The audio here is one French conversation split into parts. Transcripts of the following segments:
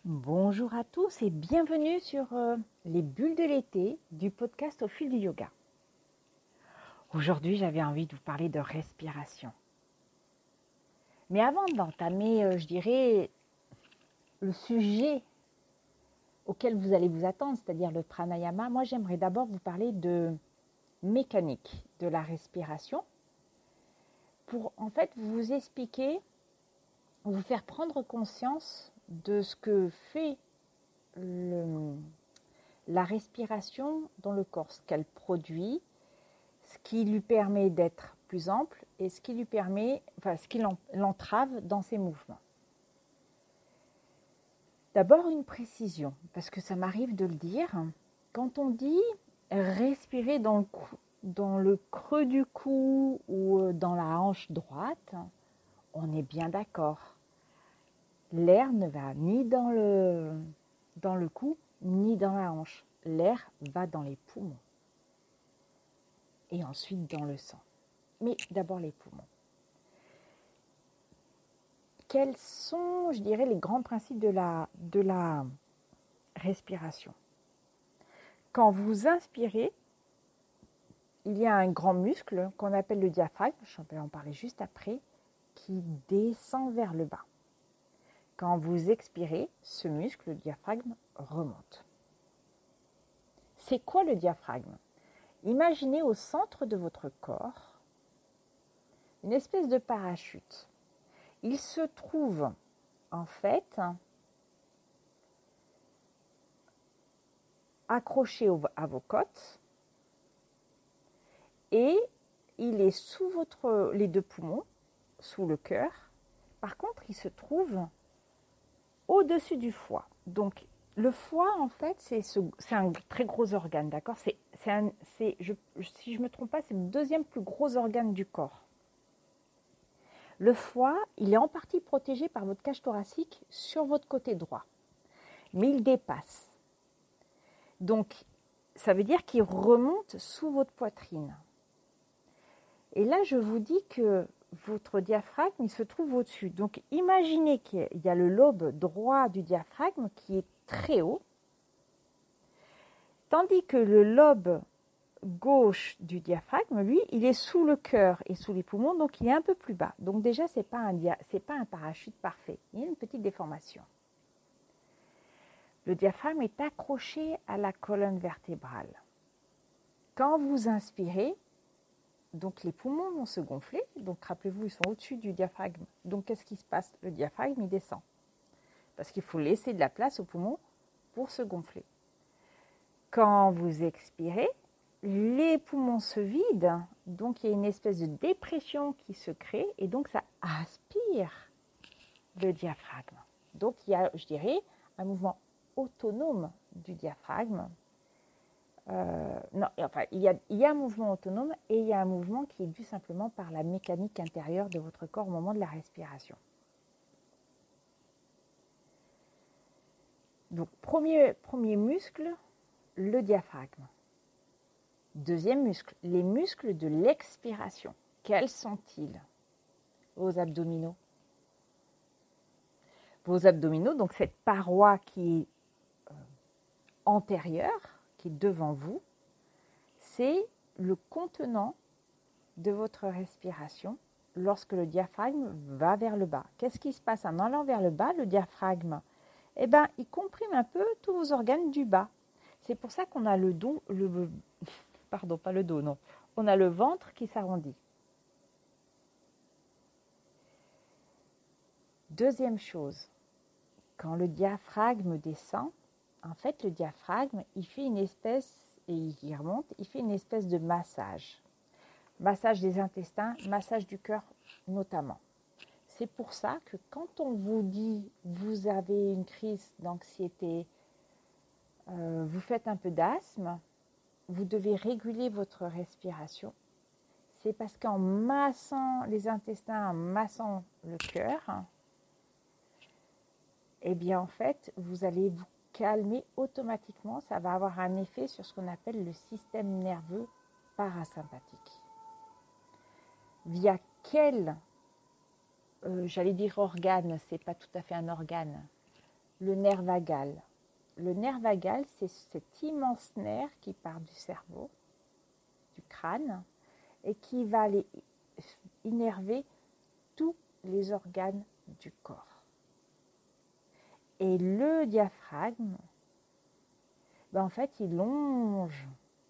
Bonjour à tous et bienvenue sur les bulles de l'été du podcast Au fil du yoga. Aujourd'hui, j'avais envie de vous parler de respiration. Mais avant d'entamer, je dirais, le sujet auquel vous allez vous attendre, c'est-à-dire le pranayama, moi j'aimerais d'abord vous parler de mécanique de la respiration pour en fait vous expliquer, vous faire prendre conscience de ce que fait la respiration dans le corps, ce qu'elle produit, ce qui lui permet d'être plus ample et ce qui lui permet, ce qui l'entrave dans ses mouvements. D'abord une précision, parce que ça m'arrive de le dire, quand on dit respirer dans le creux du cou ou dans la hanche droite, on est bien d'accord. L'air ne va ni dans le cou, ni dans la hanche. L'air va dans les poumons. Et ensuite dans le sang. Mais d'abord les poumons. Quels sont, je dirais, les grands principes de la respiration? Quand vous inspirez, il y a un grand muscle qu'on appelle le diaphragme, je vais en parler juste après, qui descend vers le bas. Quand vous expirez, ce muscle, le diaphragme, remonte. C'est quoi le diaphragme? Imaginez au centre de votre corps une espèce de parachute. Il se trouve en fait accroché à vos côtes et il est sous les deux poumons, sous le cœur. Par contre, il se trouve au-dessus du foie. Donc, le foie, en fait, c'est un très gros organe, d'accord? Si je ne me trompe pas, c'est le deuxième plus gros organe du corps. Le foie, il est en partie protégé par votre cage thoracique sur votre côté droit. Mais il dépasse. Donc, ça veut dire qu'il remonte sous votre poitrine. Et là, je vous dis que votre diaphragme, il se trouve au-dessus. Donc, imaginez qu'il y a le lobe droit du diaphragme qui est très haut, tandis que le lobe gauche du diaphragme, lui, il est sous le cœur et sous les poumons, donc il est un peu plus bas. Donc déjà, ce n'est pas un parachute parfait. Il y a une petite déformation. Le diaphragme est accroché à la colonne vertébrale. Quand vous inspirez, donc les poumons vont se gonfler. Donc rappelez-vous, ils sont au-dessus du diaphragme. Donc qu'est-ce qui se passe? Le diaphragme, il descend. Parce qu'il faut laisser de la place aux poumons pour se gonfler. Quand vous expirez, les poumons se vident. Donc il y a une espèce de dépression qui se crée. Et donc ça aspire le diaphragme. Donc il y a, je dirais, un mouvement autonome du diaphragme. Il y a un mouvement autonome et il y a un mouvement qui est dû simplement par la mécanique intérieure de votre corps au moment de la respiration. Donc, premier muscle, le diaphragme. Deuxième muscle, les muscles de l'expiration. Quels sont-ils? Vos abdominaux. Vos abdominaux, donc cette paroi qui est antérieure, qui est devant vous, c'est le contenant de votre respiration lorsque le diaphragme va vers le bas. Qu'est-ce qui se passe en allant vers le bas? Le diaphragme, il comprime un peu tous vos organes du bas. C'est pour ça qu'on a on a le ventre qui s'arrondit. Deuxième chose, quand le diaphragme descend, en fait, le diaphragme, il fait une espèce, et il remonte, il fait une espèce de massage. Massage des intestins, massage du cœur notamment. C'est pour ça que quand on vous dit vous avez une crise d'anxiété, vous faites un peu d'asthme, vous devez réguler votre respiration. C'est parce qu'en massant les intestins, en massant le cœur, en fait, vous allez vous calmer automatiquement. Ça va avoir un effet sur ce qu'on appelle le système nerveux parasympathique. Via quel, j'allais dire organe, c'est pas tout à fait un organe. le nerf vagal. Le nerf vagal, c'est cet immense nerf qui part du cerveau, du crâne, et qui va aller innerver tous les organes du corps. Et le diaphragme, en fait, il longe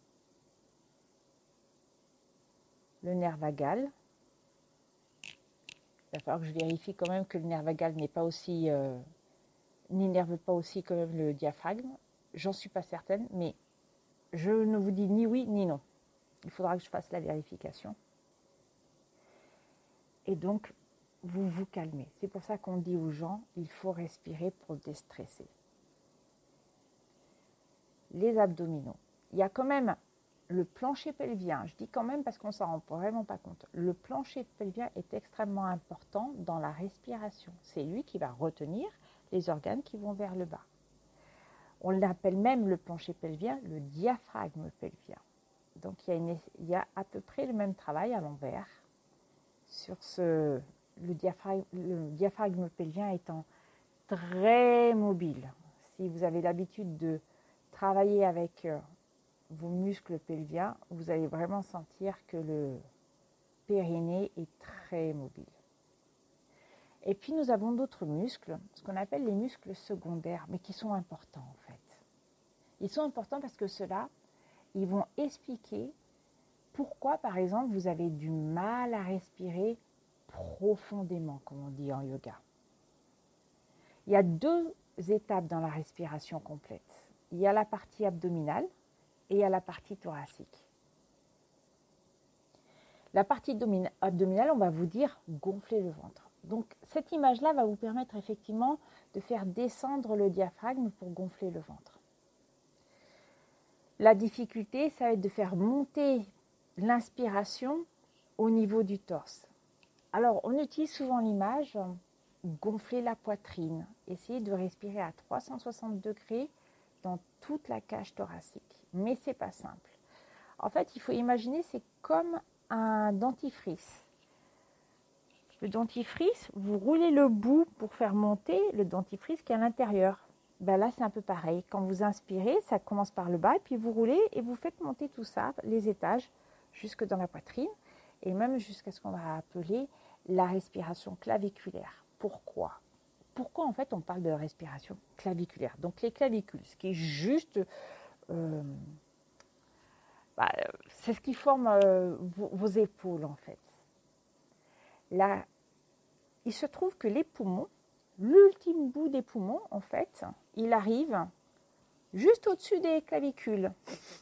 le nerf vagal. Il va falloir que je vérifie quand même que le nerf vagal n'est pas aussi, n'innerve pas aussi quand même le diaphragme. J'en suis pas certaine, mais je ne vous dis ni oui ni non. Il faudra que je fasse la vérification. Et donc, vous vous calmez. C'est pour ça qu'on dit aux gens, il faut respirer pour déstresser. Les abdominaux. Il y a quand même le plancher pelvien. Je dis quand même parce qu'on ne s'en rend vraiment pas compte. Le plancher pelvien est extrêmement important dans la respiration. C'est lui qui va retenir les organes qui vont vers le bas. On l'appelle même le plancher pelvien, le diaphragme pelvien. Donc il y a à peu près le même travail à l'envers sur le diaphragme pelvien étant très mobile. Si vous avez l'habitude de travailler avec vos muscles pelviens, vous allez vraiment sentir que le périnée est très mobile. Et puis nous avons d'autres muscles, ce qu'on appelle les muscles secondaires, mais qui sont importants en fait. Ils sont importants parce que ceux-là, ils vont expliquer pourquoi, par exemple, vous avez du mal à respirer profondément, comme on dit en yoga. Il y a 2 étapes dans la respiration complète. Il y a la partie abdominale et il y a la partie thoracique. La partie abdominale, on va vous dire gonfler le ventre. Donc, cette image-là va vous permettre effectivement de faire descendre le diaphragme pour gonfler le ventre. La difficulté, ça va être de faire monter l'inspiration au niveau du torse. Alors, on utilise souvent l'image gonfler la poitrine. Essayez de respirer à 360 degrés dans toute la cage thoracique. Mais ce n'est pas simple. En fait, il faut imaginer, c'est comme un dentifrice. Le dentifrice, vous roulez le bout pour faire monter le dentifrice qui est à l'intérieur. Là, c'est un peu pareil. Quand vous inspirez, ça commence par le bas, et puis vous roulez et vous faites monter tout ça, les étages, jusque dans la poitrine, et même jusqu'à ce qu'on va appeler la respiration claviculaire. Pourquoi en fait on parle de respiration claviculaire? Donc les clavicules, ce qui est juste, c'est ce qui forme vos épaules en fait. Là, il se trouve que les poumons, l'ultime bout des poumons en fait, il arrive juste au-dessus des clavicules.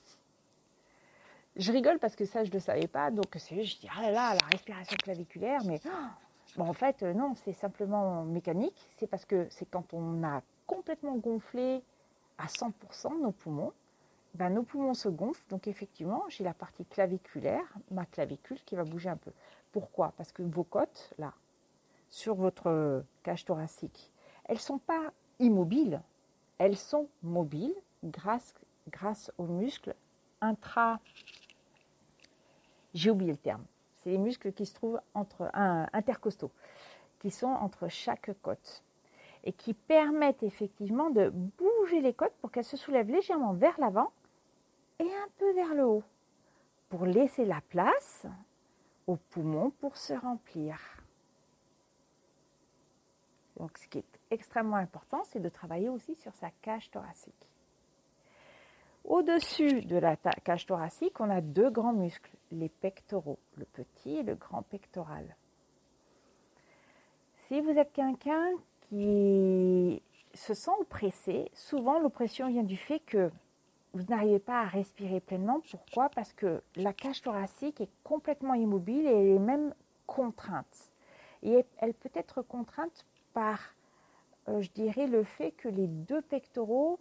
Je rigole parce que ça, je ne le savais pas. Donc, je dis, ah là là, la respiration claviculaire. Mais en fait, non, c'est simplement mécanique. C'est parce que c'est quand on a complètement gonflé à 100% nos poumons, nos poumons se gonflent. Donc, effectivement, j'ai la partie claviculaire, ma clavicule qui va bouger un peu. Pourquoi? Parce que vos côtes, là, sur votre cage thoracique, elles ne sont pas immobiles. Elles sont mobiles grâce aux muscles j'ai oublié le terme. C'est les muscles qui se trouvent intercostaux, qui sont entre chaque côte et qui permettent effectivement de bouger les côtes pour qu'elles se soulèvent légèrement vers l'avant et un peu vers le haut pour laisser la place aux poumons pour se remplir. Donc, ce qui est extrêmement important, c'est de travailler aussi sur sa cage thoracique. Au-dessus de la cage thoracique, on a 2 grands muscles, les pectoraux, le petit et le grand pectoral. Si vous êtes quelqu'un qui se sent oppressé, souvent l'oppression vient du fait que vous n'arrivez pas à respirer pleinement. Pourquoi? Parce que la cage thoracique est complètement immobile et elle est même contrainte. Et elle peut être contrainte par, je dirais, le fait que les 2 pectoraux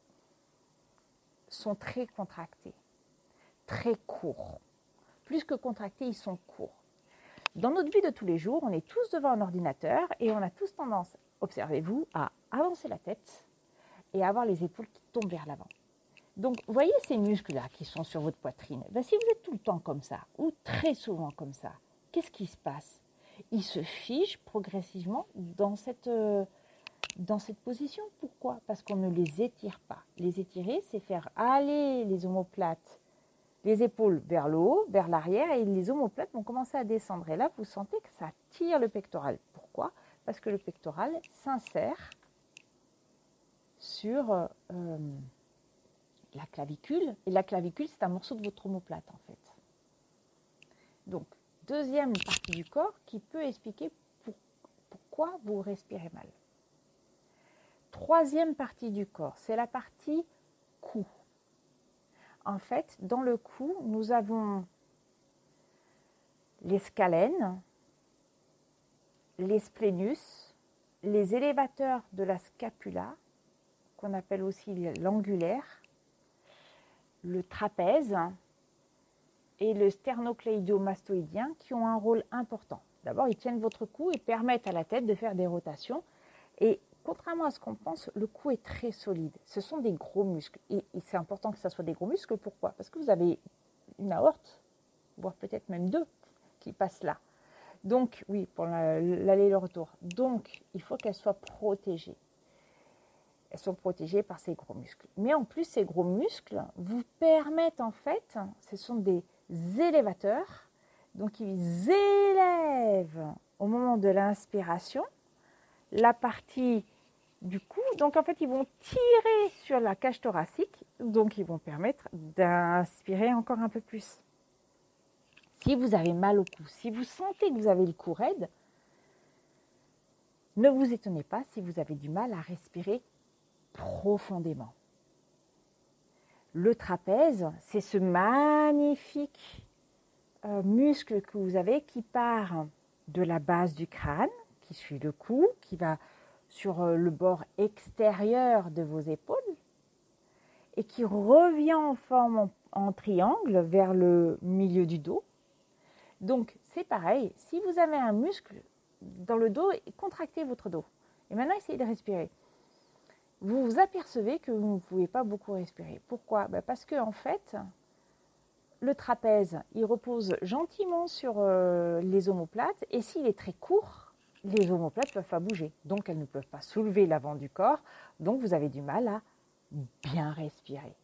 sont très contractés, très courts. Plus que contractés, ils sont courts. Dans notre vie de tous les jours, on est tous devant un ordinateur et on a tous tendance, observez-vous, à avancer la tête et à avoir les épaules qui tombent vers l'avant. Donc, vous voyez ces muscles-là qui sont sur votre poitrine. Si vous êtes tout le temps comme ça, ou très souvent comme ça, qu'est-ce qui se passe? Ils se figent progressivement dans cette dans cette position. Pourquoi? Parce qu'on ne les étire pas. Les étirer, c'est faire aller les omoplates, les épaules vers le haut, vers l'arrière, et les omoplates vont commencer à descendre. Et là, vous sentez que ça tire le pectoral. Pourquoi? Parce que le pectoral s'insère sur la clavicule. Et la clavicule, c'est un morceau de votre omoplate, en fait. Donc, deuxième partie du corps qui peut expliquer pourquoi vous respirez mal. Troisième partie du corps, c'est la partie cou. En fait, dans le cou, nous avons les scalènes, les splénus, les élévateurs de la scapula, qu'on appelle aussi l'angulaire, le trapèze et le sternocléidiomastoïdien qui ont un rôle important. D'abord, ils tiennent votre cou et permettent à la tête de faire des rotations. Et contrairement à ce qu'on pense, le cou est très solide. Ce sont des gros muscles. Et c'est important que ce soit des gros muscles. Pourquoi? Parce que vous avez une aorte, voire peut-être même deux, qui passent là. Donc, oui, pour l'aller et le retour. Donc, il faut qu'elles soient protégées. Elles sont protégées par ces gros muscles. Mais en plus, ces gros muscles vous permettent, en fait, ce sont des élévateurs. Donc, ils élèvent au moment de l'inspiration la partie du cou. Donc, en fait, ils vont tirer sur la cage thoracique. Donc, ils vont permettre d'inspirer encore un peu plus. Si vous avez mal au cou, si vous sentez que vous avez le cou raide, ne vous étonnez pas si vous avez du mal à respirer profondément. Le trapèze, c'est ce magnifique muscle que vous avez qui part de la base du crâne, qui suit le cou, qui va sur le bord extérieur de vos épaules et qui revient en forme en triangle vers le milieu du dos. Donc, c'est pareil, si vous avez un muscle dans le dos, contractez votre dos. Et maintenant, essayez de respirer. Vous vous apercevez que vous ne pouvez pas beaucoup respirer. Pourquoi? Parce que en fait, le trapèze, il repose gentiment sur les omoplates. Et s'il est très court, les omoplates ne peuvent pas bouger. Donc, elles ne peuvent pas soulever l'avant du corps. Donc, vous avez du mal à bien respirer.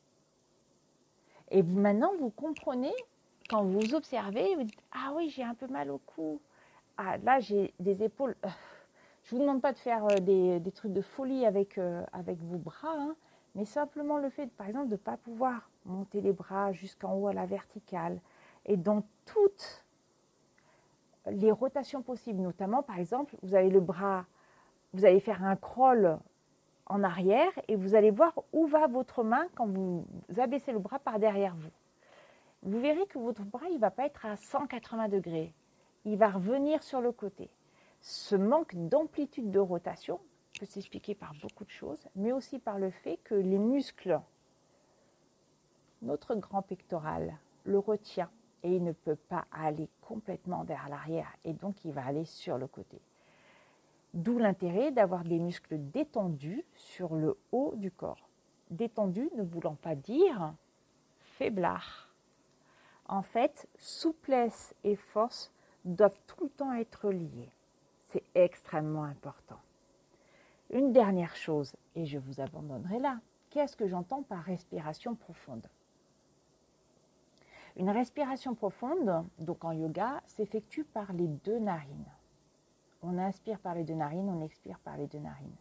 Et maintenant, vous comprenez, quand vous observez, vous dites « Ah oui, j'ai un peu mal au cou. Ah, là, j'ai des épaules. » Je ne vous demande pas de faire des trucs de folie avec vos bras, hein, mais simplement le fait, par exemple, de ne pas pouvoir monter les bras jusqu'en haut à la verticale. Et dans toutes les rotations possibles, notamment, par exemple, vous avez le bras, vous allez faire un crawl en arrière et vous allez voir où va votre main quand vous abaissez le bras par derrière vous. Vous verrez que votre bras, il ne va pas être à 180 degrés. Il va revenir sur le côté. Ce manque d'amplitude de rotation peut s'expliquer par beaucoup de choses, mais aussi par le fait que les muscles, notre grand pectoral, le retient et il ne peut pas aller complètement vers l'arrière et donc il va aller sur le côté. D'où l'intérêt d'avoir des muscles détendus sur le haut du corps. Détendus ne voulant pas dire faiblard. En fait, souplesse et force doivent tout le temps être liés. C'est extrêmement important. Une dernière chose, et je vous abandonnerai là. Qu'est-ce que j'entends par respiration profonde? Une respiration profonde, donc en yoga, s'effectue par les deux narines. On inspire par les deux narines, on expire par les deux narines.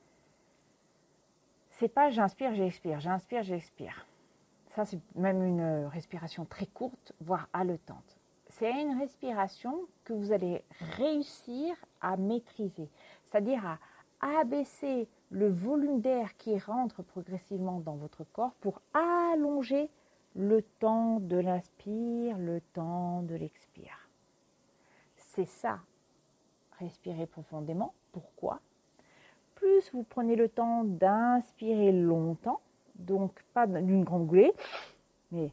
C'est pas j'inspire, j'expire, j'inspire, j'expire. Ça, c'est même une respiration très courte, voire haletante. C'est une respiration que vous allez réussir à maîtriser, c'est-à-dire à abaisser le volume d'air qui rentre progressivement dans votre corps pour allonger le temps de l'inspire, le temps de l'expire. C'est ça, respirer profondément. Pourquoi? Plus vous prenez le temps d'inspirer longtemps, donc pas d'une grande goulée, mais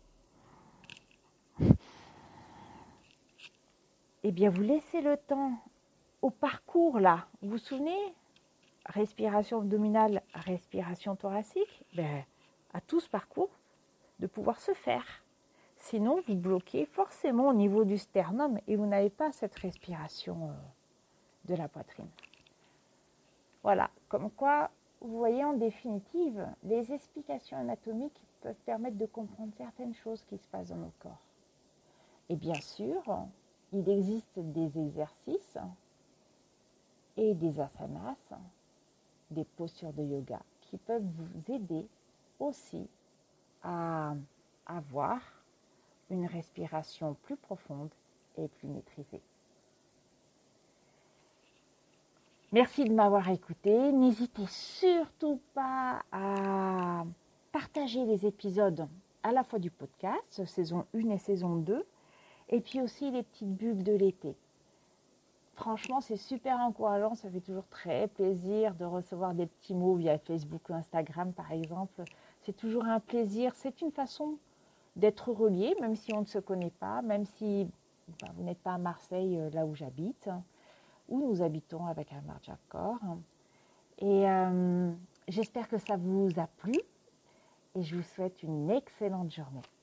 eh bien vous laissez le temps au parcours là. Vous vous souvenez? Respiration abdominale, respiration thoracique, à tout ce parcours de pouvoir se faire. Sinon, vous bloquez forcément au niveau du sternum et vous n'avez pas cette respiration de la poitrine. Voilà, comme quoi, vous voyez, en définitive, les explications anatomiques peuvent permettre de comprendre certaines choses qui se passent dans nos corps. Et bien sûr, il existe des exercices et des asanas, des postures de yoga, qui peuvent vous aider aussi à avoir une respiration plus profonde et plus maîtrisée. Merci de m'avoir écouté. N'hésitez surtout pas à partager les épisodes à la fois du podcast, saison 1 et saison 2, et puis aussi les petites bulles de l'été. Franchement, c'est super encourageant, ça fait toujours très plaisir de recevoir des petits mots via Facebook ou Instagram par exemple. C'est toujours un plaisir, c'est une façon d'être relié, même si on ne se connaît pas, même si vous n'êtes pas à Marseille, là où j'habite, où nous habitons avec un Marjakor. Et j'espère que ça vous a plu et je vous souhaite une excellente journée.